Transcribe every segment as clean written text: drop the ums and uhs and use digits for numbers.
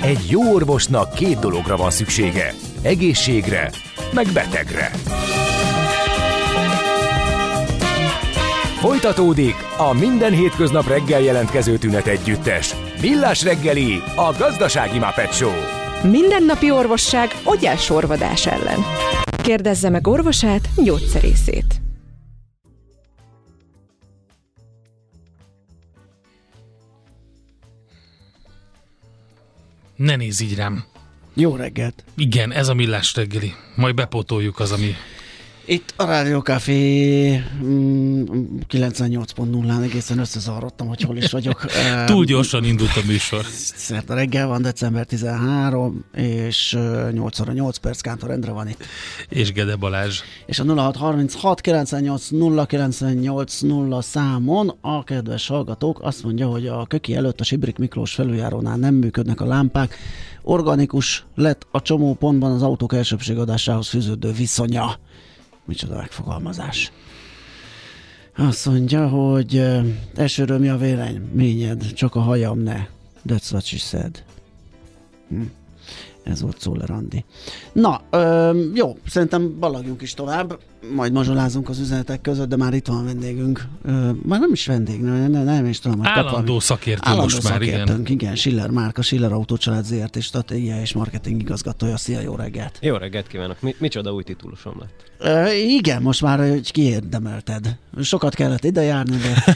Egy jó orvosnak 2 dologra van szüksége. Egészségre, meg betegre. Folytatódik a minden hétköznap reggel jelentkező tünet együttes. Millás reggeli, a gazdasági Muppet Show. Mindennapi orvosság ogyásorvadás ellen. Kérdezze meg orvosát, gyógyszerészét. Ne nézz így rám. Jó reggelt! Igen, ez a Millás reggeli. Majd bepótoljuk az, ami... Itt a Rádió Café 98.0-án egészen összezavarodtam, hogy hol is vagyok. Túl gyorsan indult a műsor. Szerda reggel van, december 13, és 8 óra 8 perc, Kántor Endre van itt. És Gede Balázs. És a 0636 98 098 0 számon a kedves hallgatók azt mondja, hogy a Köki előtt a Sibrik Miklós felüljárónál nem működnek a lámpák. Organikus lett a csomópontban az autók elsőbségadásához fűződő viszonya. Micsoda megfogalmazás. Azt mondja, hogy elsőről mi a véleményed, csak a hajam ne. That's what she said. Ez volt Szóler Andi. Na, jó, szerintem balagjunk is tovább, majd mazsolázunk az üzenetek között, de már itt van vendégünk. Már nem is vendég, nem is tudom. Állandó szakértő most már, igen. Schiller Márka, Schiller Autócsalád ZRT stratégia és marketing igazgatója. Szia, jó reggelt! Jó reggelt kívánok! Micsoda új titulusom lett? Igen, most már hogy kiérdemelted. Sokat kellett ide járni,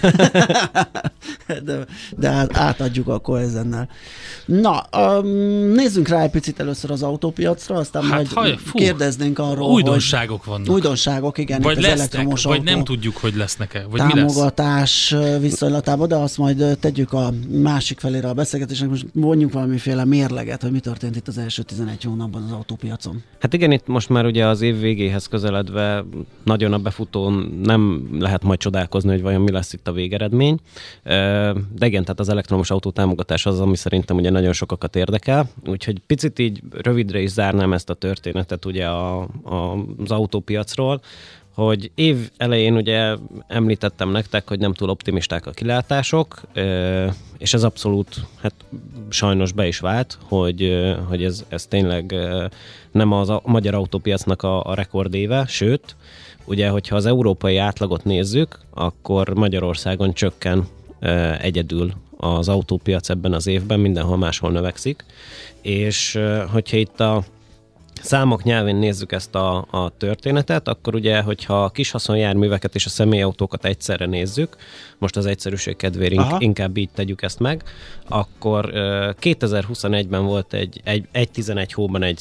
de átadjuk akkor ezennel. Na, nézzünk rá egy picit először az autópiacra, aztán majd kérdeznénk arról, újdonságok vannak. Újdonságok, igen. Vagy lesznek, vagy autó nem tudjuk, hogy lesznek-e. Vagy támogatás mi lesz? Viszonylatában, de azt majd tegyük a másik felére a beszélgetésnek. Most mondjuk valamiféle mérleget, hogy mi történt itt az első 11 hónapban az autópiacon. Hát igen, itt most már ugye az év végéhez közeledve nagyon a befutón nem lehet majd csodálkozni, hogy vajon mi lesz itt a végeredmény. De igen, tehát az elektromos autó támogatás az, ami szerintem ugye nagyon sokakat érdekel. Úgyhogy picit így rövidre is zárnám ezt a történetet ugye az autópiacról, hogy év elején ugye említettem nektek, hogy nem túl optimisták a kilátások, és ez abszolút, hát sajnos be is vált, hogy ez tényleg nem a magyar autópiacnak a rekordéve, sőt, ugye, hogyha az európai átlagot nézzük, akkor Magyarországon csökken egyedül az autópiac ebben az évben, mindenhol máshol növekszik, és hogyha itt a számok nyelvén nézzük ezt a történetet, akkor ugye, hogyha a kis haszonjárműveket és a személyautókat egyszerre nézzük, most az egyszerűség kedvéért inkább így tegyük ezt meg, akkor 2021-ben volt egy 11 hóban egy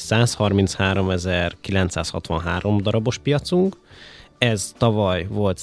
133.963 darabos piacunk, ez tavaly volt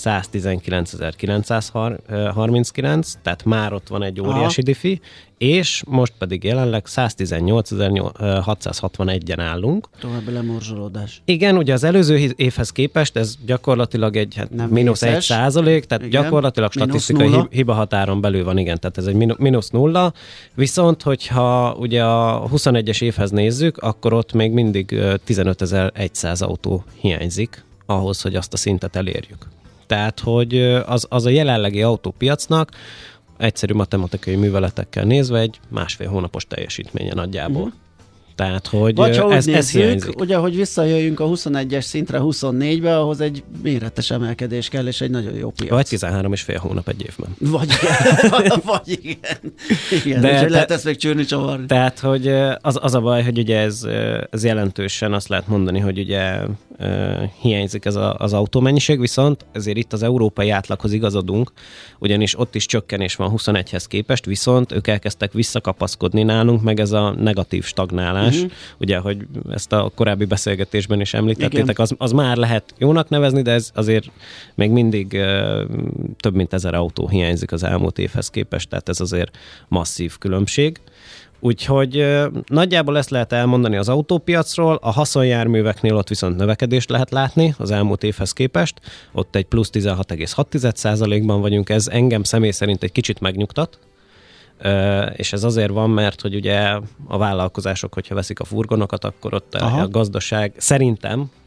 119.939, tehát már ott van egy óriási diffi, és most pedig jelenleg 118.661-en állunk. További lemorzsolódás. Igen, ugye az előző évhez képest ez gyakorlatilag egy mínusz 1%, tehát igen, gyakorlatilag statisztikai hibahatáron belül van, igen, tehát ez egy mínusz 0, viszont hogyha ugye a 21-es évhez nézzük, akkor ott még mindig 15.100 autó hiányzik ahhoz, hogy azt a szintet elérjük. Tehát, hogy az a jelenlegi autópiacnak egyszerű matematikai műveletekkel nézve egy 1,5 hónapos teljesítménye nagyjából. Tehát, hogy ez hiányzik. Ugye, hogy visszajöjjünk a 21-es szintre 24-be, ahhoz egy méretes emelkedés kell, és egy nagyon jó piac. Vagy 13,5 hónap egy évben. Vagy igen. Igen, de lehet ezt még csűrni csavarni. Tehát, hogy az a baj, hogy ugye ez jelentősen azt lehet mondani, hogy ugye hiányzik ez az autómennyiség, viszont ezért itt az európai átlaghoz igazodunk, ugyanis ott is csökkenés van 21-hez képest, viszont ők elkezdtek visszakapaszkodni nálunk, meg ez a negatív stagnálás, ugye, hogy ezt a korábbi beszélgetésben is említettétek, az már lehet jónak nevezni, de ez azért még mindig több mint 1000 autó hiányzik az elmúlt évhez képest, tehát ez azért masszív különbség. Úgyhogy nagyjából ezt lehet elmondani az autópiacról, a haszonjárműveknél ott viszont növekedést lehet látni az elmúlt évhez képest, ott egy plusz 16,6%-ban vagyunk, ez engem személy szerint egy kicsit megnyugtat, és ez azért van, mert hogy ugye a vállalkozások, hogyha veszik a furgonokat, akkor ott a gazdaság szerintem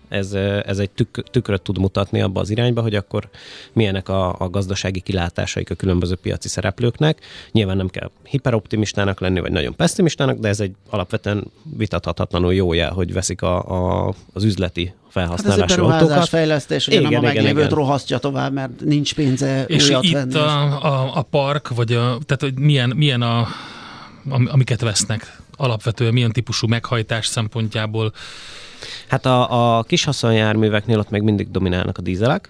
ez egy tükröt tud mutatni abba az irányba, hogy akkor milyenek a gazdasági kilátásaik a különböző piaci szereplőknek. Nyilván nem kell hiperoptimistának lenni, vagy nagyon pessimistának, de ez egy alapvetően vitathatatlanul jó jel, hogy veszik az üzleti felhasználási autókat. Hát ez egy beruházás, fejlesztés, ugye nem a meglévőt rohasztja tovább, mert nincs pénze és újat itt venni. És a park, vagy tehát hogy milyen amiket vesznek alapvetően, milyen típusú meghajtás szempontjából? Hát a kis haszonjárműveknél ott még mindig dominálnak a dízelek,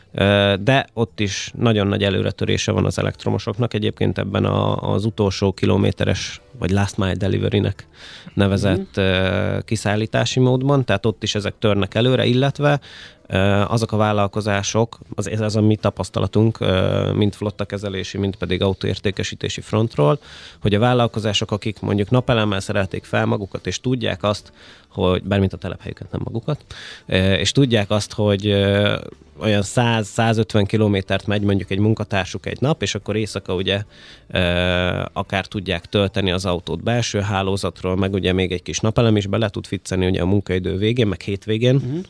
de ott is nagyon nagy előretörése van az elektromosoknak. Egyébként ebben az utolsó kilométeres, vagy last mile delivery-nek nevezett kiszállítási módban, tehát ott is ezek törnek előre, illetve azok a vállalkozások, ez a mi tapasztalatunk, mind flottakezelési, mind pedig autóértékesítési frontról, hogy a vállalkozások, akik mondjuk napelemmel szerelték fel magukat, és tudják azt, hogy, bármint a telephelyüket, nem magukat, és tudják azt, hogy olyan 100-150 kilométert megy mondjuk egy munkatársuk egy nap, és akkor éjszaka ugye akár tudják tölteni az autót belső hálózatról, meg ugye még egy kis napelem is bele tud ficcelni ugye a munkaidő végén, meg hétvégén.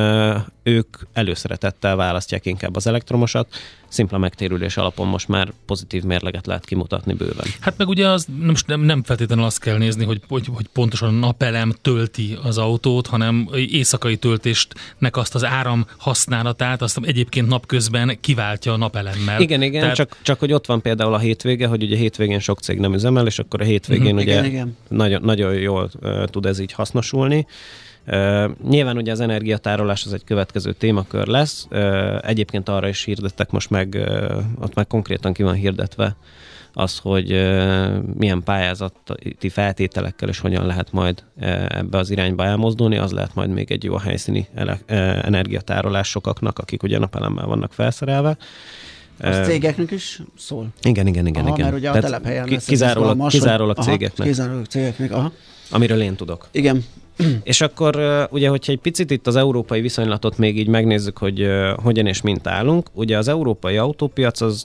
Ők előszeretettel választják inkább az elektromosat, szimpla megtérülés alapon most már pozitív mérleget lehet kimutatni bőven. Hát meg ugye az nem feltétlenül azt kell nézni, hogy pontosan a napelem tölti az autót, hanem éjszakai töltésnek azt az áram használatát, azt egyébként napközben kiváltja a napelemmel. Igen, tehát... csak hogy ott van például a hétvége, hogy ugye hétvégén sok cég nem üzemel, és akkor a hétvégén ugye igen. Nagyon jól tud ez így hasznosulni. Nyilván ugye az energiatárolás az egy következő témakör lesz. Egyébként arra is hirdettek most meg, ott már konkrétan ki van hirdetve az, hogy milyen pályázati feltételekkel és hogyan lehet majd ebbe az irányba elmozdulni, az lehet majd még egy jó helyszíni energiatárolás sokaknak, akik ugye napelemmel vannak felszerelve. Az cégeknek is szól? Igen. Mert ugye a telephelyen lesz kizárólag cégeknek. Kizárólag cégeknek, amiről én tudok. Igen. És akkor ugye, hogyha egy picit itt az európai viszonylatot még így megnézzük, hogy hogyan és mint állunk, ugye az európai autópiac az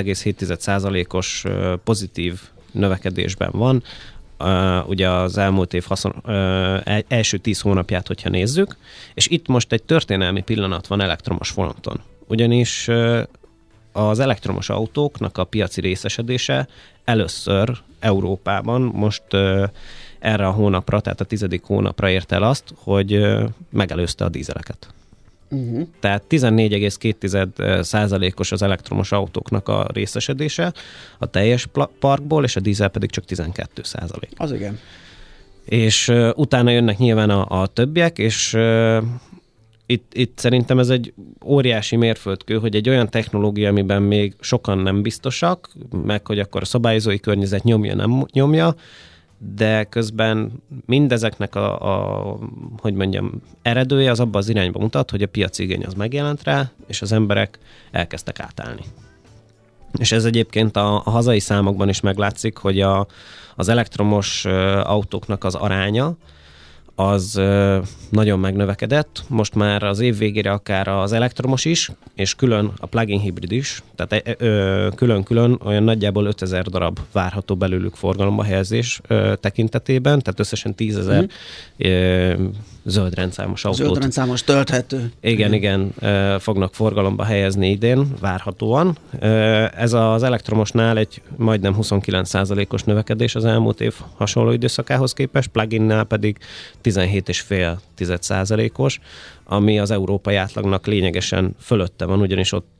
16,7%-os pozitív növekedésben van, ugye az elmúlt év első 10 hónapját, hogyha nézzük, és itt most egy történelmi pillanat van elektromos fronton. Ugyanis az elektromos autóknak a piaci részesedése először Európában most erre a hónapra, tehát a 10. hónapra ért el azt, hogy megelőzte a dízeleket. Tehát 14,2%-os az elektromos autóknak a részesedése a teljes parkból, és a dízel pedig csak 12%. Az igen. És utána jönnek nyilván a többiek, és itt szerintem ez egy óriási mérföldkő, hogy egy olyan technológia, amiben még sokan nem biztosak, meg hogy akkor a szabályozói környezet nyomja, nem nyomja, de közben mindezeknek hogy mondjam, eredője az abba az irányba mutat, hogy a piaci igény az megjelent rá, és az emberek elkezdtek átállni. És ez egyébként a hazai számokban is meglátszik, hogy az elektromos autóknak az aránya az nagyon megnövekedett. Most már az év végére akár az elektromos is, és külön a plug-in hibrid is, tehát külön-külön olyan nagyjából 5000 darab várható belőlük forgalomba helyezés tekintetében, tehát összesen 10.000 zöldrendszámos autót. Zöldrendszámos tölthető. Igen, fognak forgalomba helyezni idén, várhatóan. Ez az elektromosnál egy majdnem 29%-os növekedés az elmúlt év hasonló időszakához képest, pluginnál pedig 17,5%-os, ami az európai átlagnak lényegesen fölötte van, ugyanis ott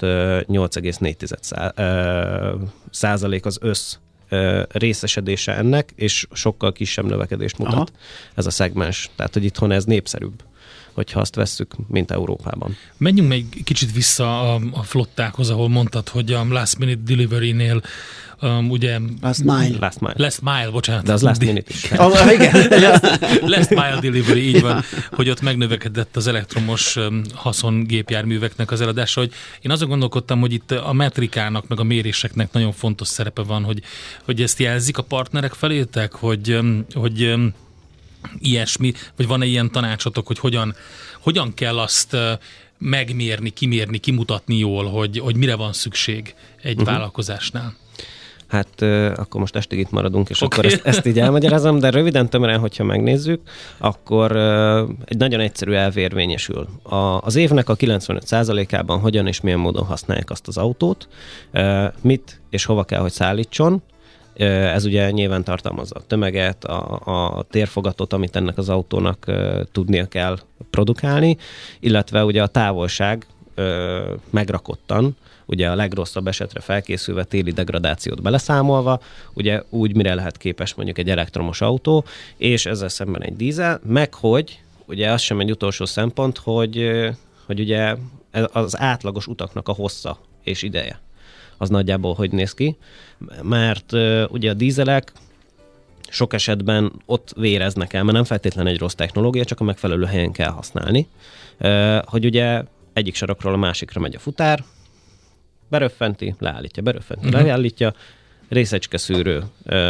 8,4% az össz részesedése ennek, és sokkal kisebb növekedést mutat ez a szegmens. Tehát, hogy itthon ez népszerűbb, hogyha azt vesszük, mint Európában. Menjünk még kicsit vissza a flottákhoz, ahol mondtad, hogy a last minute delivery-nél ugye... Last mile, bocsánat. De az last minute is. Igen. Last mile delivery, így van, hogy ott megnövekedett az elektromos haszongépjárműveknek az eladása, hogy én azon gondolkodtam, hogy itt a metrikának, meg a méréseknek nagyon fontos szerepe van, hogy ezt jelzik a partnerek felétek, hogy ilyesmi, vagy van-e ilyen tanácsotok, hogy hogyan kell azt megmérni, kimérni, kimutatni jól, hogy mire van szükség egy vállalkozásnál? Hát akkor most estig itt maradunk, és akkor ezt így elmagyarázom, de röviden tömören, hogyha megnézzük, akkor egy nagyon egyszerű elv érvényesül. Az évnek a 95%-ában hogyan és milyen módon használják azt az autót, mit és hova kell, hogy szállítson. Ez ugye nyilván tartalmazza a tömeget, a térfogatot, amit ennek az autónak tudnia kell produkálni, illetve ugye a távolság megrakottan, ugye a legrosszabb esetre felkészülve, téli degradációt beleszámolva, ugye úgy mire lehet képes mondjuk egy elektromos autó, és ezzel szemben egy dízel, meg hogy, ugye az sem egy utolsó szempont, hogy ugye az átlagos utaknak a hossza és ideje, az nagyjából hogy néz ki, mert ugye a dízelek sok esetben ott véreznek el, mert nem feltétlenül egy rossz technológia, csak a megfelelő helyen kell használni, hogy ugye egyik sarokról a másikra megy a futár, beröffenti, leállítja, részecske szűrő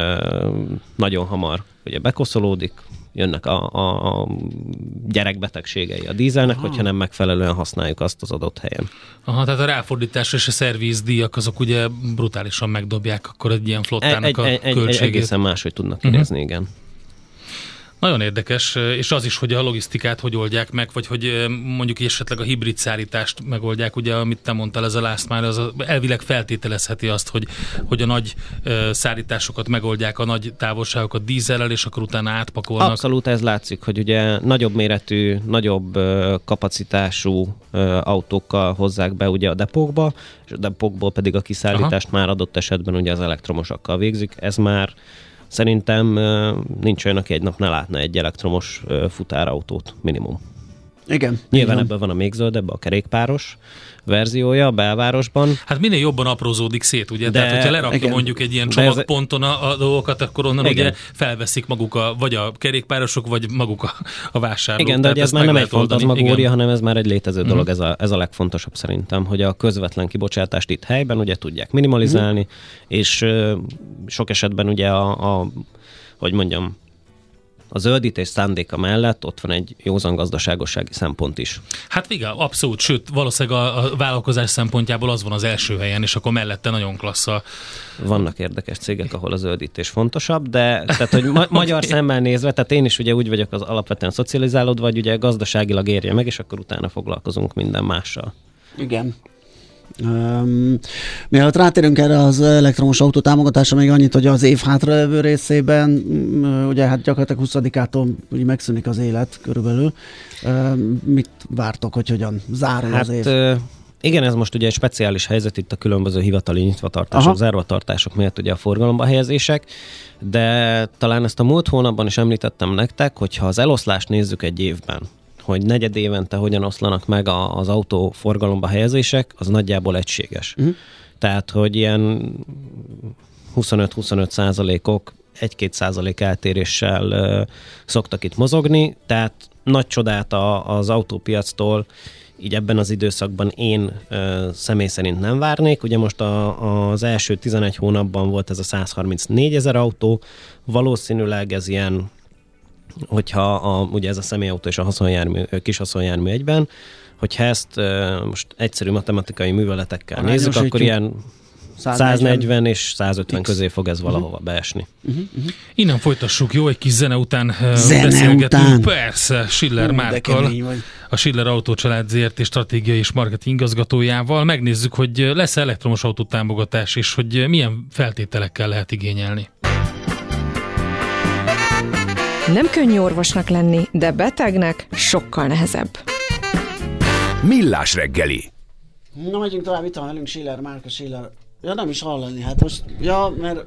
nagyon hamar ugye bekoszolódik, jönnek a gyerekbetegségei a dízelnek, hogyha nem megfelelően használjuk azt az adott helyen. Aha, tehát a ráfordítás és a szervízdíjak azok ugye brutálisan megdobják akkor egy ilyen flottának a költségét. Egészen máshogy tudnak kinézni, igen. Nagyon érdekes, és az is, hogy a logisztikát hogy oldják meg, vagy hogy mondjuk esetleg a hibrid szállítást megoldják, ugye, amit te mondtál, ez a last mile, az elvileg feltételezheti azt, hogy a nagy szállításokat megoldják, a nagy távolságokat dízellel, és akkor utána átpakolnak. Abszolút ez látszik, hogy ugye nagyobb méretű, nagyobb kapacitású autókkal hozzák be ugye a depókba, és a depókból pedig a kiszállítást már adott esetben ugye az elektromosakkal végzik. Ez már szerintem nincs olyan, aki egy nap ne látna egy elektromos futárautót minimum. Igen. Nyilván ebből van a még zöldebb, a kerékpáros verziója a belvárosban. Hát minél jobban aprózódik szét, ugye? Tehát, hogyha lerakja mondjuk egy ilyen csomagponton a dolgokat, akkor onnan ugye felveszik maguk vagy a kerékpárosok, vagy maguk a vásárlók. Igen, de ez már nem egy fantazmagória, hanem ez már egy létező dolog, ez a legfontosabb szerintem, hogy a közvetlen kibocsátást itt helyben ugye tudják minimalizálni, és sok esetben ugye hogy mondjam, a zöldítés szándéka mellett ott van egy józan gazdaságossági szempont is. Hát igen, abszolút, sőt, valószínűleg a vállalkozás szempontjából az van az első helyen, és akkor mellette nagyon klassz a... Vannak érdekes cégek, ahol a zöldítés fontosabb, de tehát, hogy magyar szemmel nézve, tehát én is ugye úgy vagyok az alapvetően szocializálódva, vagy ugye gazdaságilag érje meg, és akkor utána foglalkozunk minden mással. Igen. Mielőtt rátérünk erre az elektromos autó támogatásra, még annyit, hogy az év hátralévő részében, ugye hát gyakorlatilag 20-ától úgy megszűnik az élet körülbelül. Mit vártok, hogy hogyan zárul az év? Igen, ez most ugye egy speciális helyzet itt a különböző hivatali nyitvatartások, zárvatartások miatt ugye a forgalomba helyezések, de talán ezt a múlt hónapban is említettem nektek, hogyha az eloszlást nézzük egy évben, hogy negyed évente hogyan oszlanak meg az autó forgalomba helyezések, az nagyjából egységes. Tehát, hogy ilyen 25-25%-ok 1-2% eltéréssel szoktak itt mozogni, tehát nagy csodát az autópiactól így ebben az időszakban én személy szerint nem várnék. Ugye most az első 11 hónapban volt ez a 134 000 autó, valószínűleg ez ilyen, hogyha ugye ez a személyautó és a kis haszonjármű egyben, hogyha ezt most egyszerű matematikai műveletekkel nézzük, akkor ilyen 140 és 150 közé fog ez valahova beesni. Innen folytassuk, jó? Egy kis zene után beszélgetünk. Persze, Schiller Márkkal, a Schiller Autócsalád ZRT stratégiai és marketing igazgatójával. Megnézzük, hogy lesz elektromos autótámogatás, és hogy milyen feltételekkel lehet igényelni. Nem könnyű orvosnak lenni, de betegnek sokkal nehezebb. Millás reggeli. Na, megyünk tovább, itt van velünk Schiller Márka, Schiller. Ja, nem is hallani, hát most, mert...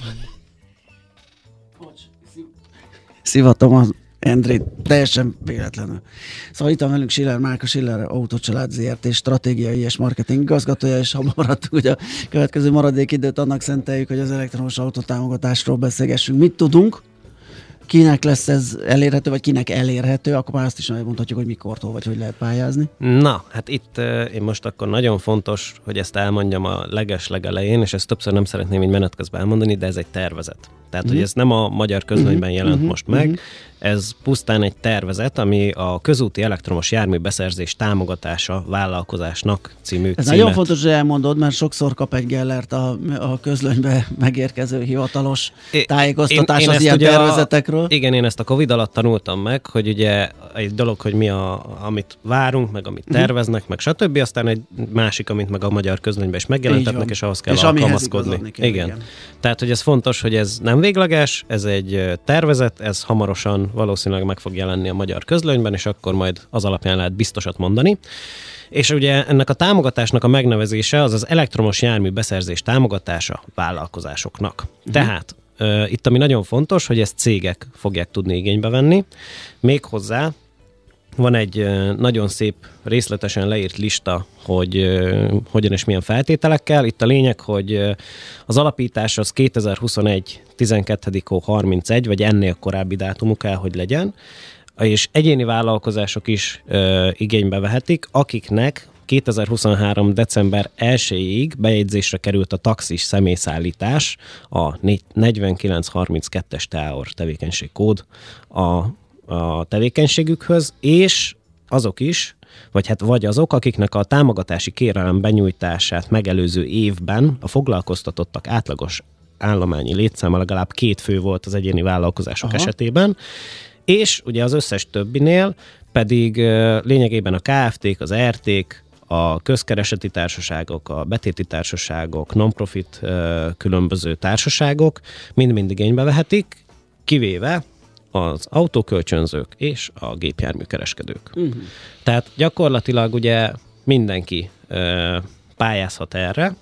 Bocs, szivatom az Endrét, teljesen véletlenül. Szóval itt van velünk Schiller Márka, Schiller Autócsalád ZRT stratégiai és marketing igazgatója, és ha maradtuk, hogy a következő maradék időt annak szenteljük, hogy az elektromos autótámogatásról beszélgessünk. Mit tudunk? kinek lesz ez elérhető, vagy kinek elérhető, akkor már azt is mondhatjuk, hogy mikortól, vagy hogy lehet pályázni. Na, hát itt én most akkor nagyon fontos, hogy ezt elmondjam a legelején, és ezt többször nem szeretném így menet közben elmondani, de ez egy tervezet. Tehát, hogy ez nem a magyar közlönyben jelent most meg, ez pusztán egy tervezet, ami a közúti elektromos jármű beszerzés támogatása vállalkozásnak című címet. Ez nagyon fontos, hogy elmondod, mert sokszor kap egy Gellert a közlönybe megérkező hivatalos tájékoztatás az ilyen tervezetekről. Igen, én ezt a Covid alatt tanultam meg, hogy ugye egy dolog, hogy mi amit várunk, meg amit terveznek, meg stb. Aztán egy másik, amit meg a magyar közlönyben is megjelentetnek, és ahhoz kell alkalmazkodni. Igen. Tehát, hogy ez fontos, hogy ez nem végleges, ez egy tervezet, ez hamarosan valószínűleg meg fog jelenni a magyar közlönyben, és akkor majd az alapján lehet biztosat mondani. És ugye ennek a támogatásnak a megnevezése az az elektromos jármű beszerzés támogatása vállalkozásoknak. Tehát itt ami nagyon fontos, hogy ezt cégek fogják tudni igénybe venni. Méghozzá van egy nagyon szép, részletesen leírt lista, hogy hogyan és milyen feltételekkel. Itt a lényeg, hogy az alapítás az 2021. 12.31, vagy ennél korábbi dátumú kell, hogy legyen, és egyéni vállalkozások is igénybe vehetik, akiknek 2023. december 1-ig bejegyzésre került a taxis személyszállítás, a 4932-es TAOR tevékenységkód a tevékenységükhöz, és azok is, vagy azok, akiknek a támogatási kérelem benyújtását megelőző évben a foglalkoztatottak átlagos állományi létszáma legalább 2 fő volt az egyéni vállalkozások esetében, és ugye az összes többinél pedig lényegében a KFT-k, az RT-k, a közkereseti társaságok, a betéti társaságok, non-profit különböző társaságok mind igénybe vehetik, kivéve az autókölcsönzők és a gépjárműkereskedők. Tehát gyakorlatilag ugye mindenki pályázhat erre,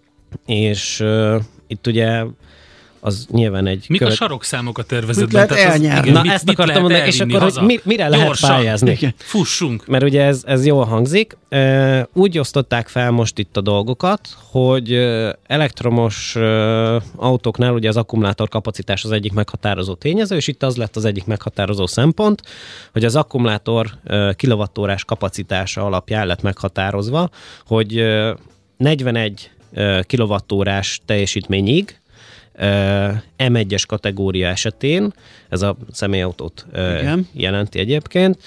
és itt ugye az nyilván egy... Mik a sarokszámok a tervezetben? Mit lehet elnyerni? Na, ezt akartam mondani, és akkor hogy mire lehet gyorsan pályázni? Igen. Fussunk! Mert ugye ez jól hangzik. Úgy osztották fel most itt a dolgokat, hogy elektromos autóknál ugye az akkumulátor kapacitás az egyik meghatározó tényező, és itt az lett az egyik meghatározó szempont, hogy az akkumulátor kilowattórás kapacitása alapján lett meghatározva, hogy 41 kilowattórás teljesítményig M1-es kategória esetén, ez a személyautót jelenti egyébként,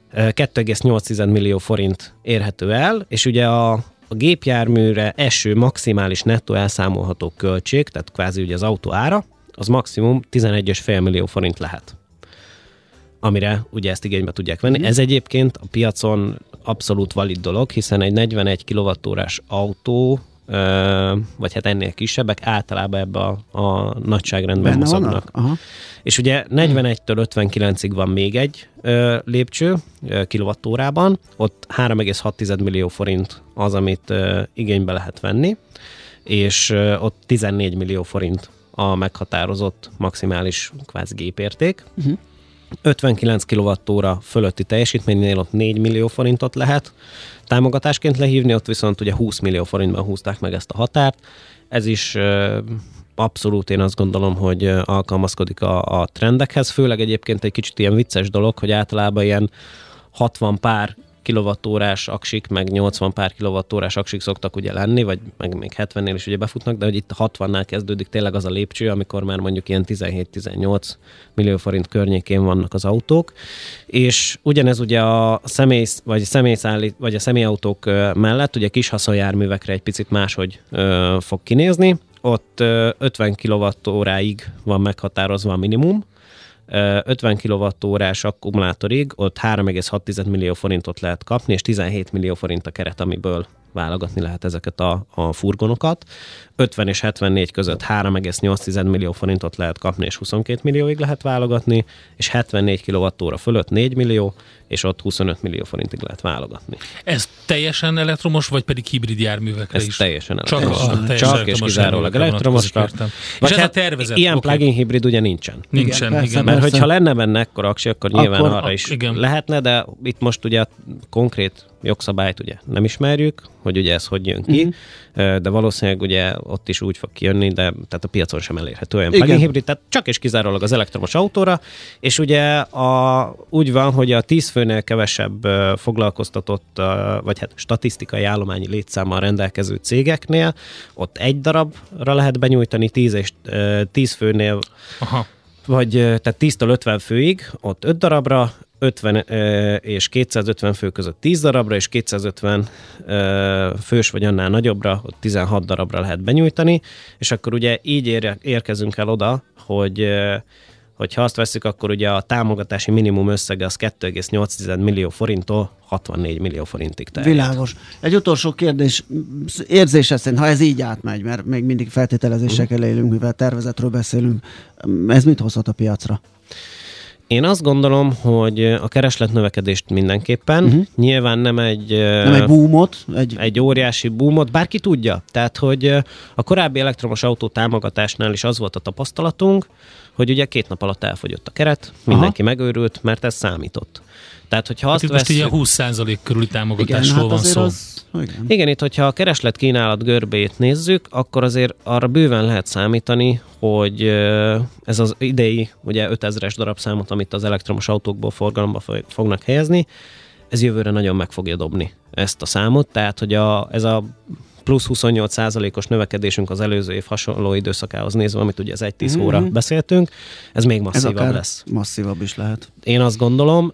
2,8 millió forint érhető el, és ugye a gépjárműre eső maximális nettó elszámolható költség, tehát kvázi ugye az autó ára, az maximum 11,5 millió forint lehet, amire ugye ezt igénybe tudják venni. Ez egyébként a piacon abszolút valid dolog, hiszen egy 41 kWh-s autó, vagy hát ennél kisebbek általában ebbe a nagyságrendben mozognak. És ugye 41-től 59-ig van még egy lépcső kilowattórában, ott 3,6 millió forint az, amit igénybe lehet venni, és ott 14 millió forint a meghatározott maximális kvázi gépérték. 59 kWh fölötti teljesítménynél ott 4 millió forintot lehet támogatásként lehívni, ott viszont ugye 20 millió forintban húzták meg ezt a határt. Ez is abszolút én azt gondolom, hogy alkalmazkodik a trendekhez, főleg egyébként egy kicsit ilyen vicces dolog, hogy általában ilyen 60 pár kilowattórás aksik, meg 80 pár kilowattórás aksik szoktak ugye lenni, vagy meg még 70-nél is ugye befutnak, de hogy itt a 60-nál kezdődik tényleg az a lépcső, amikor már mondjuk ilyen 17-18 millió forint környékén vannak az autók, és ugyanez ugye a személyautók mellett ugye kis haszonjárművekre egy picit máshogy fog kinézni, ott 50 kWh-ig van meghatározva a minimum, 50 kWh-s akkumulátorig ott 3,6 millió forintot lehet kapni, és 17 millió forint a keret, amiből válogatni lehet ezeket a furgonokat. 50 és 74 között 3,8 millió forintot lehet kapni, és 22 millióig lehet válogatni, és 74 kWh fölött 4 millió, és ott 25 millió forintig lehet válogatni. Ez teljesen elektromos, vagy pedig hibrid járművekre Ez is? teljesen elektromos. Csak és kizárólag elektromosra. És ez a tervezet? Ilyen plug-in hibrid ugye nincsen. Igen. Mert hogyha lenne benne ekkora aksi, akkor nyilván arra is igen. lehetne, de itt most ugye konkrét jogszabályt ugye nem ismerjük, hogy ugye ez hogy jön ki, de valószínűleg ugye ott is úgy fog kijönni, de tehát a piacon sem elérhető olyan plug-in hibrid, tehát csak és kizárólag az elektromos autóra, és ugye úgy van, hogy a 10 főnél kevesebb foglalkoztatott, vagy hát statisztikai állományi létszámmal rendelkező cégeknél, ott 1 darabra lehet benyújtani, 10 főnél, vagy tehát 10-től 50 főig, ott 5 darabra, 50 és 250 fő között 10 darabra, és 250 fős vagy annál nagyobbra, ott 16 darabra lehet benyújtani, és akkor ugye így érkezünk el oda, hogyha azt veszük, akkor ugye a támogatási minimum összege az 2,8 millió forinttól 64 millió forintig terjed. Világos. Egy utolsó kérdés, érzése szerint, ha ez így átmegy, mert még mindig feltételezésekkel élünk, mivel tervezetről beszélünk, ez mit hozhat a piacra? Én azt gondolom, hogy a keresletnövekedést mindenképpen, nyilván nem egy boomot, egy óriási boomot, bárki tudja. Tehát, hogy a korábbi elektromos autó támogatásnál is az volt a tapasztalatunk, hogy ugye 2 nap alatt elfogyott a keret, mindenki megőrült, mert ez számított. Tehát, hogyha azt most ugye 20% körüli támogatásról van szó. Igen, itt, hogyha a kereslet kínálat görbét nézzük, akkor azért arra bőven lehet számítani, hogy ez az idei, ugye 5000-es darabszámot, amit az elektromos autókból forgalomba fognak helyezni, ez jövőre nagyon meg fogja dobni ezt a számot, tehát, hogy ez a plusz 28%-os növekedésünk az előző év hasonló időszakához nézve, amit ugye az 1-10 óra beszéltünk, ez még masszívabb lesz. Masszívabb is lehet. Én azt gondolom,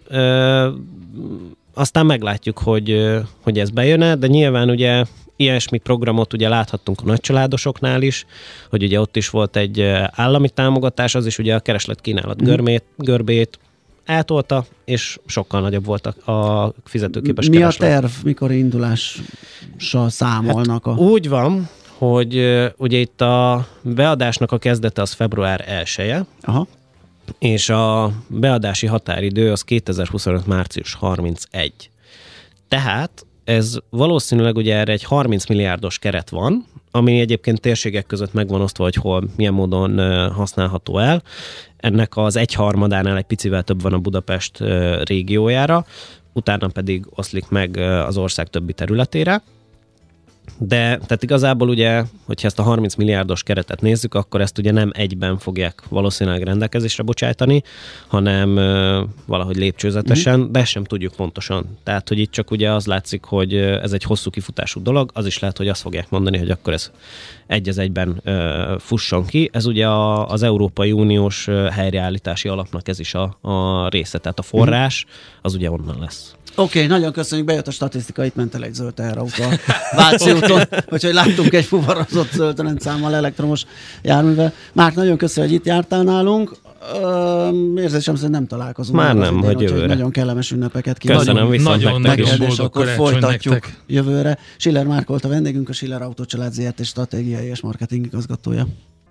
aztán meglátjuk, hogy ez bejön-e, de nyilván ugye ilyesmi programot ugye láthattunk a nagycsaládosoknál is, hogy ugye ott is volt egy állami támogatás, az is ugye a kereslet-kínálat görbét eltolta, és sokkal nagyobb volt a fizetőképes kereslet. Mi a terv, mikor indulással számolnak? Hát úgy van, hogy ugye itt a beadásnak a kezdete az február 1-e, és a beadási határidő az 2025. március 31. Tehát ez valószínűleg ugye erre egy 30 milliárdos keret van, ami egyébként térségek között megvan osztva, hogy hol, milyen módon használható el. Ennek az 1/3-ánál egy picivel több van a Budapest régiójára, utána pedig oszlik meg az ország többi területére. De tehát igazából ugye, hogyha ezt a 30 milliárdos keretet nézzük, akkor ezt ugye nem egyben fogják valószínűleg rendelkezésre bocsájtani, hanem valahogy lépcsőzetesen, de sem tudjuk pontosan. Tehát, hogy itt csak ugye az látszik, hogy ez egy hosszú kifutású dolog, az is lehet, hogy azt fogják mondani, hogy akkor ez egy az egyben fusson ki. Ez ugye az Európai Uniós helyreállítási alapnak ez is a része, tehát a forrás az ugye onnan lesz. Oké, nagyon köszönjük, bejött a statisztika, itt ment el egy zöld teherautó a Váci úton, úgyhogy láttunk egy fuvarozott zöld rendszámmal elektromos járművel. Márk, nagyon köszönjük, hogy itt jártál nálunk. Érzésem szerint nem találkozunk. Már nem, hogy jövőre. Nagyon kellemes ünnepeket kívánunk. Köszönöm, nagyon boldog akkor folytatjuk nektek. Jövőre. Schiller Márk volt a vendégünk, a Schiller Autócsalád ZRT stratégiai és marketing igazgatója.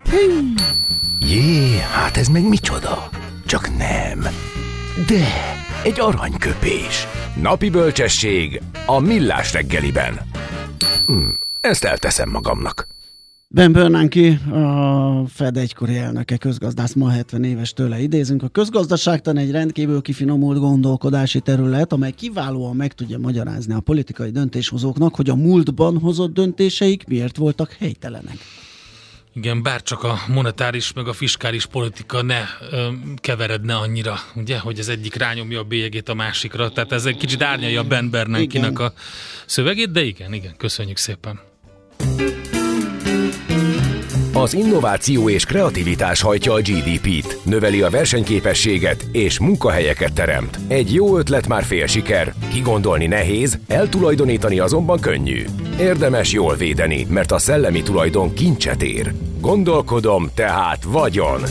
Jé, hát ez meg micsoda? Csak nem. De egy aranyköpés. Napi bölcsesség a Millás reggeliben. Ezt elteszem magamnak. Ben Bernanke, a Fed egykori elnöke, közgazdász, ma 70 éves, tőle idézünk. A közgazdaságtan egy rendkívül kifinomult gondolkodási terület, amely kiválóan meg tudja magyarázni a politikai döntéshozóknak, hogy a múltban hozott döntéseik miért voltak helytelenek. Igen, bár csak a monetáris meg a fiskális politika ne keveredne annyira, ugye, hogy az egyik rányomja a bélyegét a másikra, tehát ez egy kicsit árnyalja a Ben Bernanke-nak a szövegét, de igen, köszönjük szépen. Az innováció és kreativitás hajtja a GDP-t, növeli a versenyképességet és munkahelyeket teremt. Egy jó ötlet már fél siker, kigondolni nehéz, eltulajdonítani azonban könnyű. Érdemes jól védeni, mert a szellemi tulajdon kincset ér. Gondolkodom, tehát vagyon!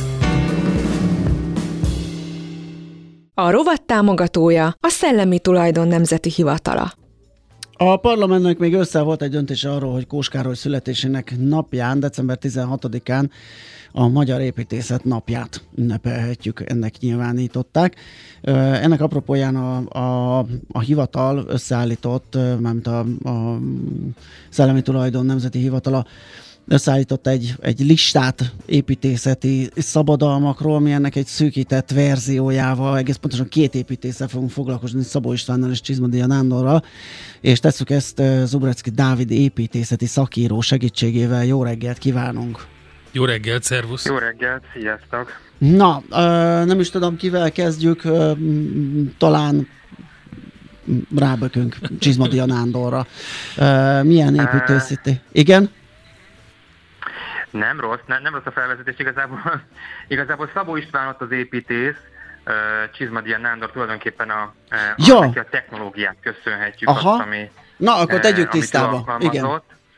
A rovat támogatója a Szellemi Tulajdon Nemzeti Hivatala. A parlamentnek még össze volt egy döntése arról, hogy Kós Károly születésének napján, december 16-án a Magyar Építészet napját ünnepelhetjük, ennek nyilvánították. Ennek apropóján a hivatal összeállított, mármint a Szellemi Tulajdon Nemzeti Hivatala összeállított egy listát építészeti szabadalmakról, mi ennek egy szűkített verziójával, egész pontosan 2 építéssel fogunk foglalkozni, Szabó Istvánnal és Csizmadia Nándorral, és tesszük ezt Zubrecki Dávid építészeti szakíró segítségével. Jó reggelt kívánunk! Jó reggelt, szervusz! Jó reggelt, sziasztok! Na, nem is tudom, kivel kezdjük, talán rábökünk Csizmadia Nándorra. Milyen építészeti? Igen? Nem rossz a felvezetés, igazából Szabó István ott az építész, Csizmadia Nándor tulajdonképpen a technológiát köszönhetjük. Aha. Azt, ami, na, akkor tegyük tisztába. Igen.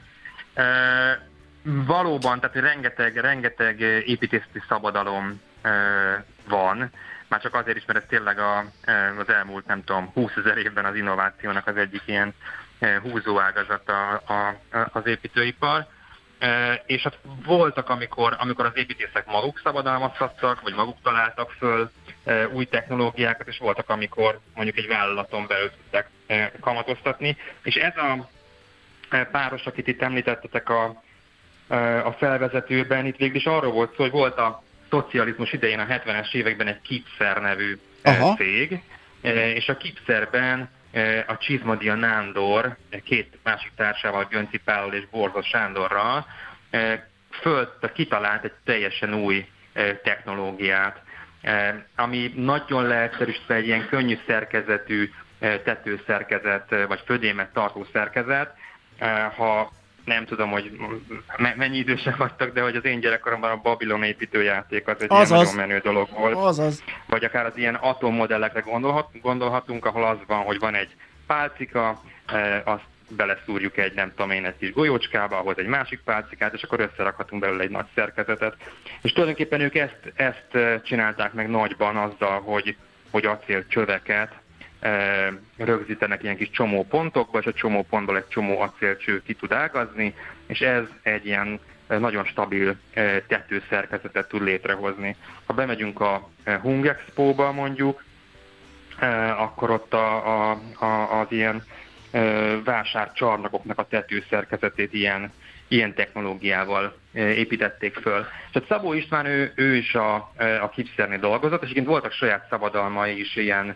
Valóban, tehát rengeteg építészeti szabadalom van, már csak azért is, mert ez tényleg az elmúlt, nem tudom, 20 000 évben az innovációnak az egyik ilyen húzóágazata az építőipar. És hát voltak, amikor az építészek maguk szabadalmazhattak, vagy maguk találtak föl új technológiákat, és voltak, amikor mondjuk egy vállalaton belül tudták kamatoztatni. És ez a páros, akit itt említettetek a felvezetőben, itt végül is arról volt szó, hogy volt a szocializmus idején a 70-es években egy Kipszer nevű cég, és a Kipszerben a Csizmadia Nándor 2 másik társával, Gönci Pállal és Borzos Sándorral kitalált egy teljesen új technológiát, ami nagyon leegyszerűsítve egy ilyen könnyű szerkezetű tetőszerkezet, vagy födémet tartó szerkezet. Ha nem tudom, hogy mennyi idősek vagytok, de hogy az én gyerekkoromban a Babilon építőjáték az egy ilyen nagyon menő dolog volt. Azaz. Vagy akár az ilyen atommodellekre gondolhatunk, ahol az van, hogy van egy pálcika, azt beleszúrjuk egy, nem tudom én, egy kis golyócskába, ahhoz egy másik pálcikát, és akkor összerakhatunk belőle egy nagy szerkezetet. És tulajdonképpen ők ezt csinálták meg nagyban azzal, hogy acélcsöveket rögzítenek ilyen kis csomópontokba, és a csomópontból egy csomó acélcső ki tud ágazni, és ez egy ilyen nagyon stabil tetőszerkezetet tud létrehozni. Ha bemegyünk a Hung Expo-ba mondjuk, akkor ott az ilyen vásárcsarnokoknak a tetőszerkezetét ilyen technológiával építették föl. És a Szabó István ő is a Kipszernél dolgozott, és igen, voltak saját szabadalmai is ilyen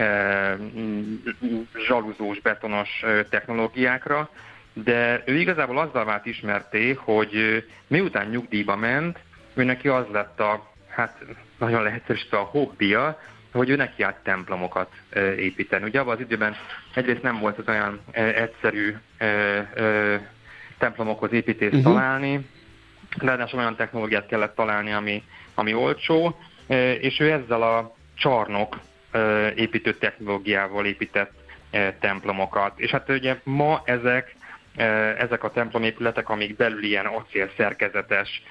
zsaluzós, betonos technológiákra, de ő igazából azzal vált ismerté, hogy miután nyugdíjba ment, ő neki az lett nagyon lehetősítve a hobbija, hogy ő neki állt templomokat építeni. Ugye abban az időben egyrészt nem volt az olyan egyszerű templomokhoz építést találni, ráadásul olyan technológiát kellett találni, ami olcsó, és ő ezzel a csarnok építő technológiával épített templomokat. És hát ugye ma ezek a templomépületek, amik belül ilyen acélszerkezetes,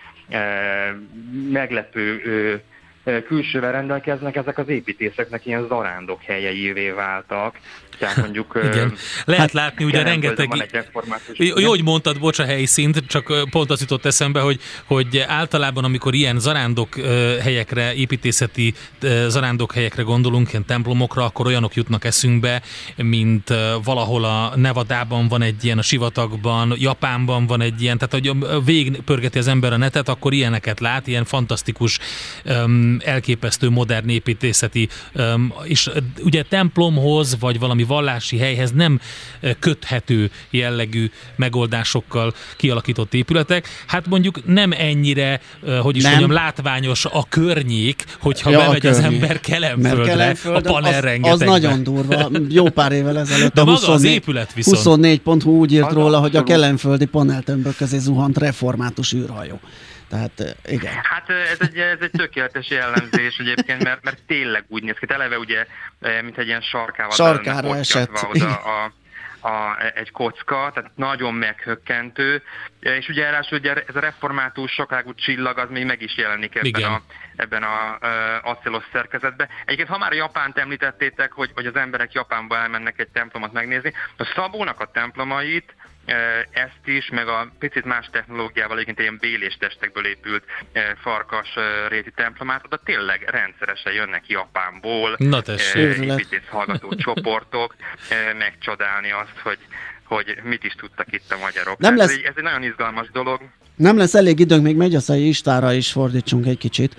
meglepő külsővel rendelkeznek, ezek az építészeknek ilyen zarándok helyeivé váltak. Tehát mondjuk... Igen. Lehet látni, ugye rengeteg... Jó, hogy mondtad, bocs, a helyszínt, csak pont az jutott eszembe, hogy általában, amikor ilyen zarándok helyekre, építészeti zarándok helyekre gondolunk, ilyen templomokra, akkor olyanok jutnak eszünkbe, mint valahol a Nevadában van egy ilyen, a sivatagban, Japánban van egy ilyen, tehát hogy végigpörgeti az ember a netet, akkor ilyeneket lát, ilyen fantasztikus, elképesztő modern építészeti, és ugye templomhoz, vagy valami vallási helyhez nem köthető jellegű megoldásokkal kialakított épületek. Hát mondjuk nem ennyire, mondjam, látványos a környék, hogyha bemegy az ember Kelenföldre, a panel rengetegbe. Az nagyon durva. Jó pár évvel ezelőtt de maga az épület viszont. 24.hu úgy írt róla, hogy a kelenföldi paneltömbök közé zuhant református űrhajó. Tehát igen. Hát ez egy tökéletes jellemzés egyébként, mert tényleg úgy néz ki. Eleve ugye, mint egy ilyen sarkára esett. Oda egy kocka, tehát nagyon meghökkentő, és ugye ráadásul ugye ez a református sokágú csillag az még meg is jelenik ebben a acélos szerkezetben. Egyébként, ha már Japánt említettétek, hogy az emberek Japánba elmennek egy templomot megnézni, a Szabónak a templomait, ezt is, meg a picit más technológiával, egyébként ilyen bélés testekből épült farkas réti templomát, oda tényleg rendszeresen jönnek Japánból építész hallgató csoportok megcsodálni azt, hogy mit is tudtak itt a magyarok. Ez egy nagyon izgalmas dolog. Nem lesz elég időnk, még Megyeszei Istvánra is fordítsunk egy kicsit.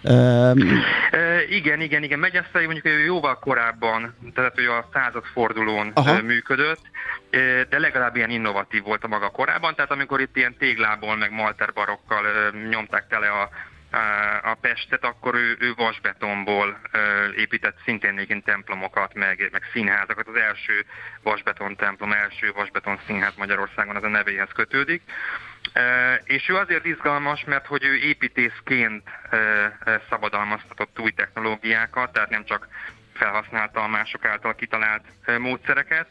Igen. Megyeszei mondjuk jóval korábban, tehát hogy a századfordulón működött, de legalább ilyen innovatív volt a maga korában, tehát amikor itt ilyen téglából, meg malterbarokkal nyomták tele a Pestet, akkor ő vasbetonból épített szintén még templomokat, meg színházakat. Az első vasbeton templom, első vasbeton színház Magyarországon az a nevéhez kötődik. És ő azért izgalmas, mert hogy ő építészként szabadalmaztatott új technológiákat, tehát nem csak felhasználta a mások által kitalált módszereket,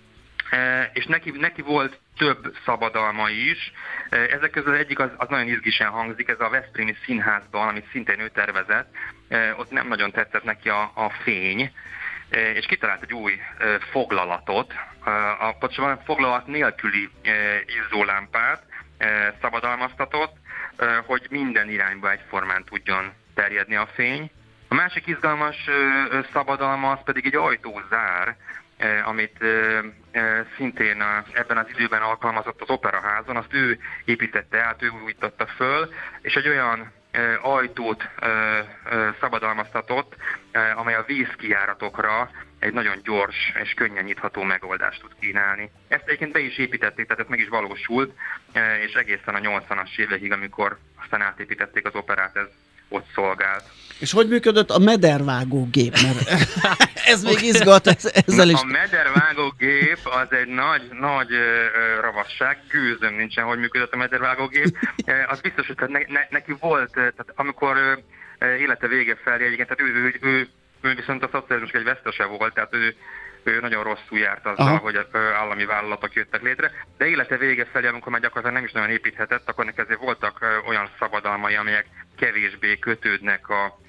és neki volt több szabadalma is. Ezek közül egyik az nagyon izgisen hangzik, ez a Veszprémi Színházban, amit szintén ő tervezett. Ott nem nagyon tetszett neki a fény, és kitalált egy új foglalatot, pontosabban foglalat nélküli izzólámpát szabadalmaztatott, hogy minden irányba egyformán tudjon terjedni a fény. A másik izgalmas szabadalma az pedig egy ajtózár, amit szintén ebben az időben alkalmazott az Operaházon, azt ő építette át, ő újította föl, és egy olyan ajtót szabadalmaztatott, amely a vízkijáratokra egy nagyon gyors és könnyen nyitható megoldást tud kínálni. Ezt egyébként be is építették, tehát ez meg is valósult, és egészen a 80-as évekig, amikor aztán átépítették az Operát, ez ott szolgált. És hogy működött a medervágó gép? Mert ez még izgat ezzel is. A medervágó gép az egy nagy ravasság, gőzöm nincsen, hogy működött a medervágó gép. Az biztos, hogy neki volt, tehát amikor élete vége felé egyébként, tehát ő viszont a szocializmusnak egy vesztese volt, tehát ő nagyon rosszul járt azzal, hogy állami vállalatok jöttek létre, de élete vége felé, amikor már gyakorlatilag nem is nagyon építhetett, akkor neki azért voltak olyan szabadalmai, amelyek kevésbé kötődnek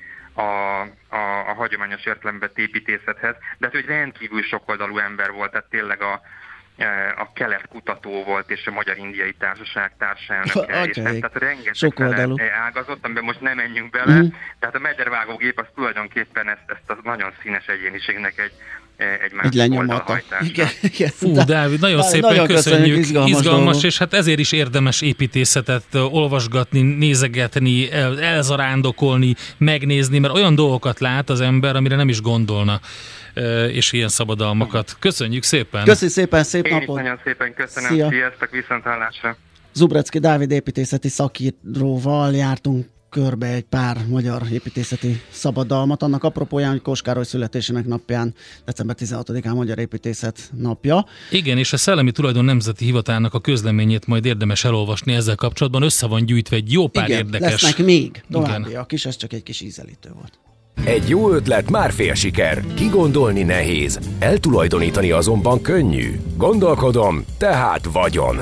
a hagyományos értelemben építészethez, de hát ő egy rendkívül sokoldalú ember volt, tehát tényleg a kelet kutató volt, és a Magyar-Indiai Társaság társelnöke, és tehát rengeteg ágazott, amiben most nem menjünk bele, tehát a medervágógép az tulajdonképpen ezt a nagyon színes egyéniségnek egy másik oldalhajtásra. Fú, Dávid, nagyon szépen köszönjük, izgalmas, és hát ezért is érdemes építészetet olvasgatni, nézegetni, elzarándokolni, megnézni, mert olyan dolgokat lát az ember, amire nem is gondolna, és ilyen szabadalmakat. Köszönjük szépen! Köszönjük szépen, szép napot! Én is nagyon szépen köszönöm, sziasztok, viszonthallásra! Zubrecki Dávid építészeti szakíróval jártunk körbe egy pár magyar építészeti szabadalmat. Annak apropóján, hogy Kós Károly születésének napján, december 16-án Magyar Építészet napja. Igen, és a Szellemi Tulajdon Nemzeti Hivatalnak a közleményét majd érdemes elolvasni ezzel kapcsolatban. Össze van gyűjtve egy jó pár érdekes. Lesznek még továbbiak is, ez csak egy kis ízelítő volt. Egy jó ötlet már fél siker. Kigondolni nehéz, eltulajdonítani azonban könnyű. Gondolkodom, tehát vagyon.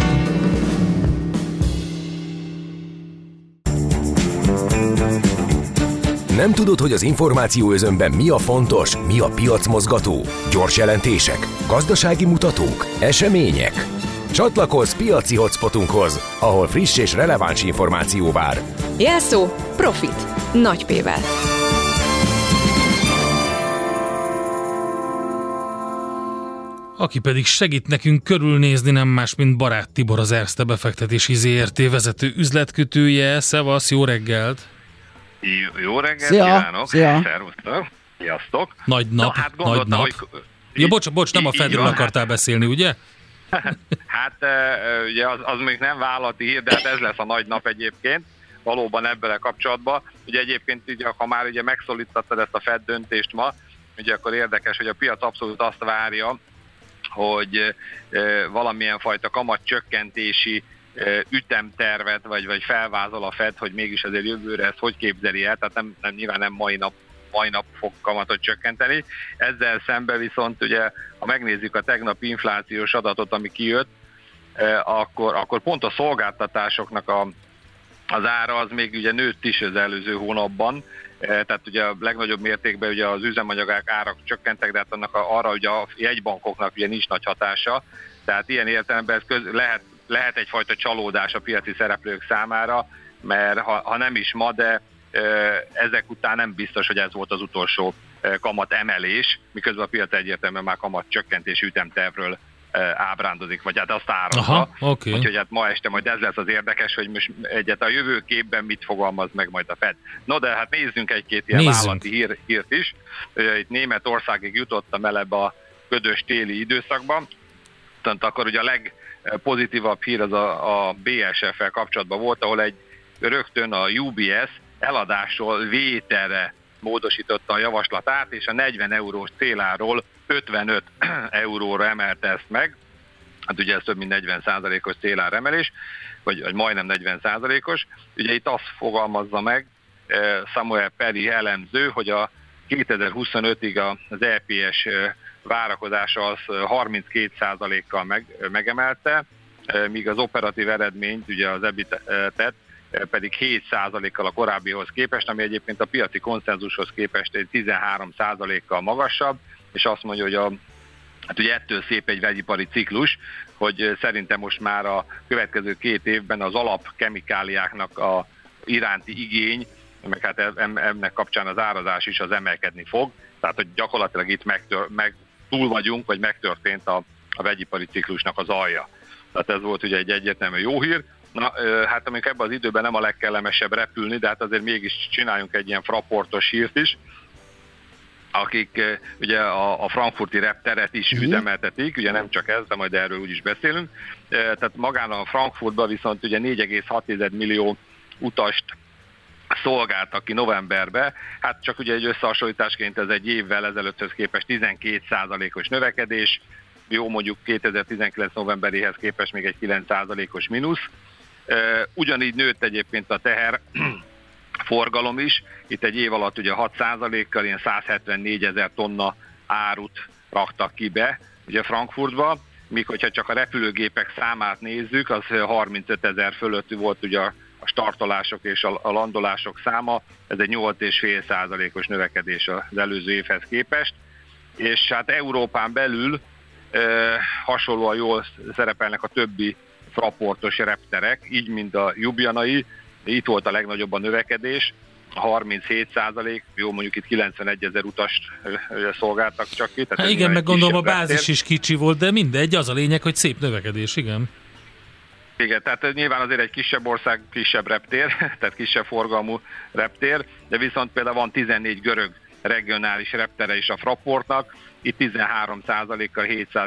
Nem tudod, hogy az információ özönben mi a fontos, mi a piacmozgató? Gyors jelentések, gazdasági mutatók, események? Csatlakozz piaci hotspotunkhoz, ahol friss és releváns információ vár. Jelszó Profit. Nagy P-vel. Aki pedig segít nekünk körülnézni, nem más, mint Barát Tibor, az Erste befektetési ZRT vezető üzletkötője. Szevasz, jó reggelt! Jó reggelt kívánok! Szervusztok! Sziasztok! Nagy nap, hát nagy nap. Ja, bocs, nem a Fedről akartál beszélni, ugye? Hát ugye az még nem vállalati hír, de hát ez lesz a nagy nap egyébként, valóban ebben kapcsolatban. Ugye egyébként, ugye, ha már ugye megszólítottad ezt a Fed döntést ma, ugye akkor érdekes, hogy a piac abszolút azt várja, hogy valamilyen fajta kamatcsökkentési ütemtervet, vagy felvázol a Fed, hogy mégis azért jövőre ezt hogy képzeli el, tehát nyilván nem mai nap mai nap fog kamatot csökkenteni. Ezzel szemben viszont ugye, ha megnézzük a tegnapi inflációs adatot, ami kijött, akkor pont a szolgáltatásoknak az ára az még ugye nőtt is az előző hónapban, tehát ugye a legnagyobb mértékben ugye az üzemanyagok árak csökkentek, de hát annak arra ugye a jegybankoknak ugye nincs nagy hatása, tehát ilyen értelemben ez lehet egyfajta csalódás a piaci szereplők számára, mert ha nem is ma, de ezek után nem biztos, hogy ez volt az utolsó kamat emelés, miközben a piac egyértelműen már kamat csökkentési ütemtervről ábrándozik, vagy hát azt árazza. Okay. Úgyhogy hát ma este majd ez lesz az érdekes, hogy most a jövőképben mit fogalmaz meg majd a Fed. No, de hát nézzünk egy-két ilyen vállalati hírt is. Itt Németországig jutottam el ebbe a ködös téli időszakban. Tehát akkor ugye a legpozitívabb hír az a BSF-fel kapcsolatban volt, ahol rögtön a UBS eladásról vételre módosította a javaslatát, és a 40 eurós céláról 55 euróra emelte ezt meg. Hát ugye ez több mint 40%-os céláremelés, vagy majdnem 40%-os. Ugye itt azt fogalmazza meg Samuel Perry elemző, hogy a 2025-ig az EPS várakozása az 32%-kal megemelte, míg az operatív eredményt, ugye az EBIT-et pedig 7%-kal a korábbihoz képest, ami egyébként a piaci konszenzushoz képest egy 13%-kal magasabb, és azt mondja, hogy hát ugye ettől szép egy vegyipari ciklus, hogy szerintem most már a következő 2 évben az alapkemikáliáknak a iránti igény, meg hát ennek kapcsán az árazás is az emelkedni fog, tehát hogy gyakorlatilag itt túl vagyunk, vagy megtörtént a vegyipari ciklusnak az alja. Tehát ez volt ugye egy egyértelmű jó hír. Na, hát amikor ebben az időben nem a legkellemesebb repülni, de hát azért mégis csináljunk egy ilyen fraportos hírt is, akik ugye a frankfurti repteret is üzemeltetik, ugye nem csak ez, de majd erről úgyis beszélünk. Tehát magán a Frankfurtban viszont ugye 4,6 millió utast szolgáltak ki novemberbe, hát csak ugye egy összehasonlításként ez egy évvel ezelőtthöz képest 12%-os növekedés, jó mondjuk 2019 novemberéhez képest még egy 9%-os mínusz. Ugyanígy nőtt egyébként a teher forgalom is, itt egy év alatt ugye 6%-kal ilyen 174 000 tonna árut raktak ki be ugye Frankfurtba, míg hogyha csak a repülőgépek számát nézzük, az 35 000 fölött volt ugye a startolások és a landolások száma, ez egy 8,5%-os növekedés az előző évhez képest, és hát Európán belül hasonlóan jól szerepelnek a többi fraportos repterek, így mint a Ljubljanai, itt volt a legnagyobb a növekedés, 37%, jó mondjuk itt 91 000 utast szolgáltak csak ki. Hát igen, meg gondolom a bázis is kicsi volt, de mindegy, az a lényeg, hogy szép növekedés, igen. Igen, tehát nyilván azért egy kisebb ország, kisebb reptér, tehát kisebb forgalmú reptér, de viszont például van 14 görög regionális reptere is a Fraportnak, itt 13%-kal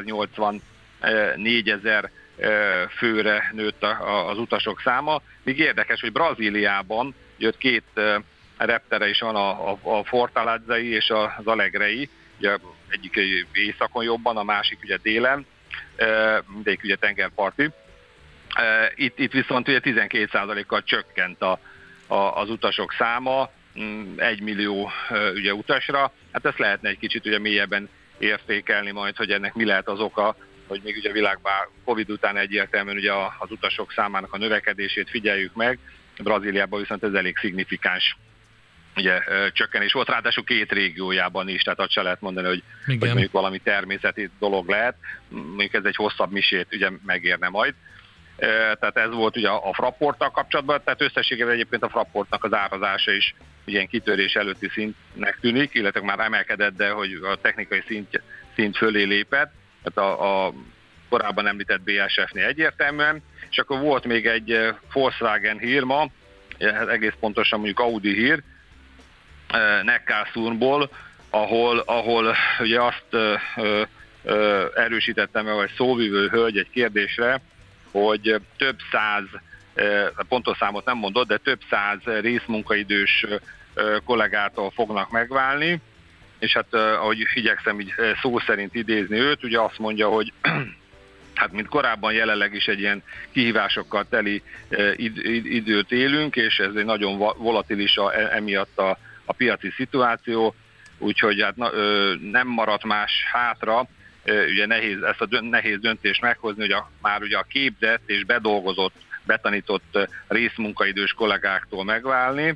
784 000 főre nőtt az utasok száma. Még érdekes, hogy Brazíliában jött 2 reptere is van, a Fortaleza-i és az Alegrei, ugye egyik északon jobban, a másik ugye délen, mindegyik ugye tengerparti. Itt viszont ugye 12%-kal csökkent az utasok száma, 1 millió ugye utasra. Hát ezt lehetne egy kicsit ugye mélyebben értékelni majd, hogy ennek mi lehet az oka, hogy még ugye a világban Covid után egyértelműen ugye az utasok számának a növekedését figyeljük meg. Brazíliában viszont ez elég szignifikáns ugye, csökkenés volt, ráadásul 2 régiójában is, tehát azt se lehet mondani, hogy mondjuk valami természeti dolog lehet, mondjuk ez egy hosszabb misét ugye megérne majd. Tehát ez volt ugye a Fraporttal kapcsolatban, tehát összességében egyébként a Fraportnak az árazása is ilyen kitörés előtti szintnek tűnik, illetve már emelkedett, de hogy a technikai szint fölé lépett, tehát a korábban említett BASF-nél egyértelműen, és akkor volt még egy Volkswagen hír ma, egész pontosan mondjuk Audi hír, Neckarsulmból, ahol ugye azt erősítettem meg, vagy szóvivő hölgy egy kérdésre, hogy több száz, pontos számot nem mondott, de több száz részmunkaidős kollégától fognak megválni, és hát ahogy igyekszem így szó szerint idézni őt, ugye azt mondja, hogy hát mint korábban jelenleg is egy ilyen kihívásokkal teli időt élünk, és ez egy nagyon volatilis emiatt a piaci szituáció, úgyhogy hát nem maradt más hátra, ugye ezt a nehéz döntést meghozni, hogy már ugye a képzett és bedolgozott, betanított részmunkaidős kollégáktól megválni,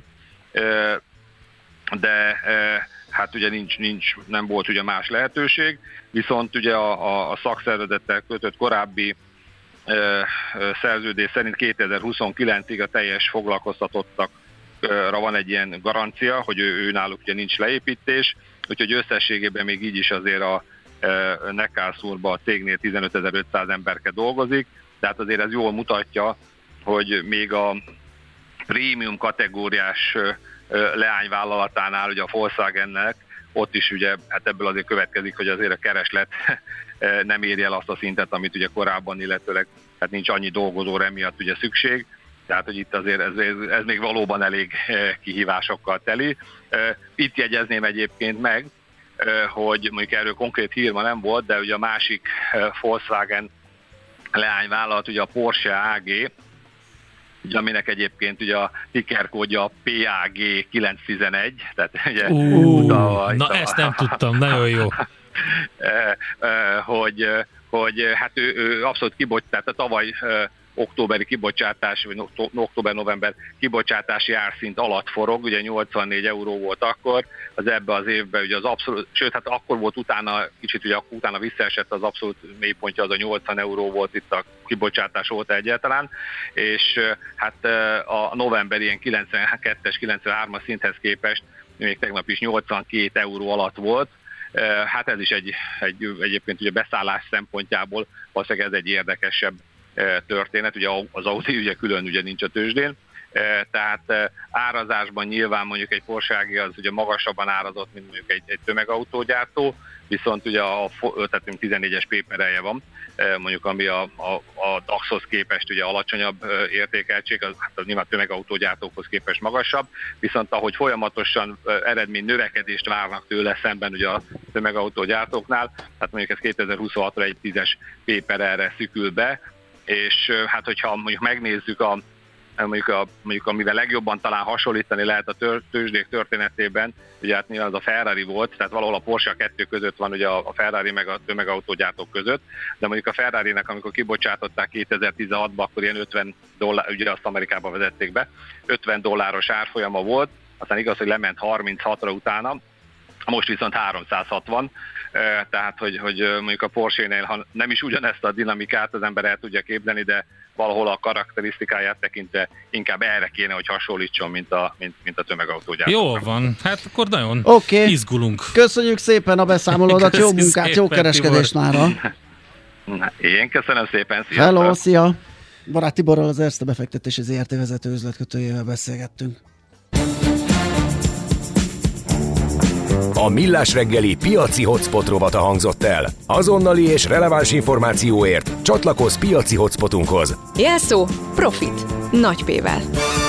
de hát ugye nem volt ugye más lehetőség, viszont ugye a szakszervezettel kötött korábbi szerződés szerint 2029-ig a teljes foglalkoztatottakra van egy ilyen garancia, hogy ő náluk ugye nincs leépítés, úgyhogy összességében még így is azért a Neckarsulrban a cégnél 15.500 emberke dolgozik, tehát azért ez jól mutatja, hogy még a prémium kategóriás leányvállalatánál, ugye a Volkswagennek, ott is ugye, hát ebből azért következik, hogy azért a kereslet nem érje el azt a szintet, amit ugye korábban, illetőleg hát nincs annyi dolgozóra emiatt ugye szükség, tehát hogy itt azért ez még valóban elég kihívásokkal teli. Itt jegyezném egyébként meg, hogy mondjuk erről konkrét hír ma nem volt, de ugye a másik Volkswagen leányvállalat, ugye a Porsche AG, ugye, aminek egyébként ugye a tickerkódja PAG 911, tehát ugye ezt nem tudtam, nagyon jó. hogy hát ő abszolút tehát a tavaly októberi kibocsátás, vagy október-november kibocsátási árszint alatt forog, ugye 84 euró volt akkor, az ebbe az évben ugye az abszolút, sőt hát akkor volt utána, kicsit ugye utána visszaesett, az abszolút mélypontja, az a 80 euró volt itt a kibocsátás óta egyáltalán, és hát a november ilyen 92-es, 93-as szinthez képest még tegnap is 82 euró alatt volt. Hát ez is egyébként ugye beszállás szempontjából valószínűleg ez egy érdekesebb történet, ugye az Audi ugye külön ugye nincs a tőzsdén, tehát árazásban nyilván mondjuk egy Porsche AG az ugye magasabban árazott, mint mondjuk egy tömegautógyártó, viszont ugye tehát 14-es péperelje van, mondjuk ami a DAX-hoz képest ugye alacsonyabb értékeltség, az nyilván tömegautógyártókhoz képest magasabb, viszont ahogy folyamatosan eredmény növekedést várnak tőle szemben ugye a tömegautógyártóknál, tehát mondjuk ez 2026-ra egy 10-es péperelre szükül be, és hát hogyha mondjuk megnézzük mondjuk amivel legjobban talán hasonlítani lehet a tőzsdék történetében, ugye hát nyilván az a Ferrari volt, tehát valahol a Porsche a kettő között van ugye a Ferrari meg a tömegautógyártók között, de mondjuk a Ferrarinek, amikor kibocsátották 2016-ban, akkor ilyen $50, ugye azt Amerikában vezették be, $50 árfolyama volt, aztán igaz, hogy lement 36-ra utána, most viszont 360, tehát hogy mondjuk a Porsche-nél, ha nem is ugyanezt a dinamikát az ember el tudja képzelni, de valahol a karakterisztikáját tekintve inkább erre kéne, hogy hasonlítson, mint a tömegautógyártó. Jó van, hát akkor nagyon izgulunk. Köszönjük szépen a beszámolódat, jó munkát, szépen, jó kereskedést mára! Én köszönöm szépen, sziasztok! Hello, szia! Barát Tiborral, az Erste befektetési ZRT vezető üzletkötőjével beszélgettünk. A Millás reggeli piaci hotspot rovata hangzott el. Azonnali és releváns információért csatlakozz piaci hotspotunkhoz. Jelszó Profit. Nagy P-vel.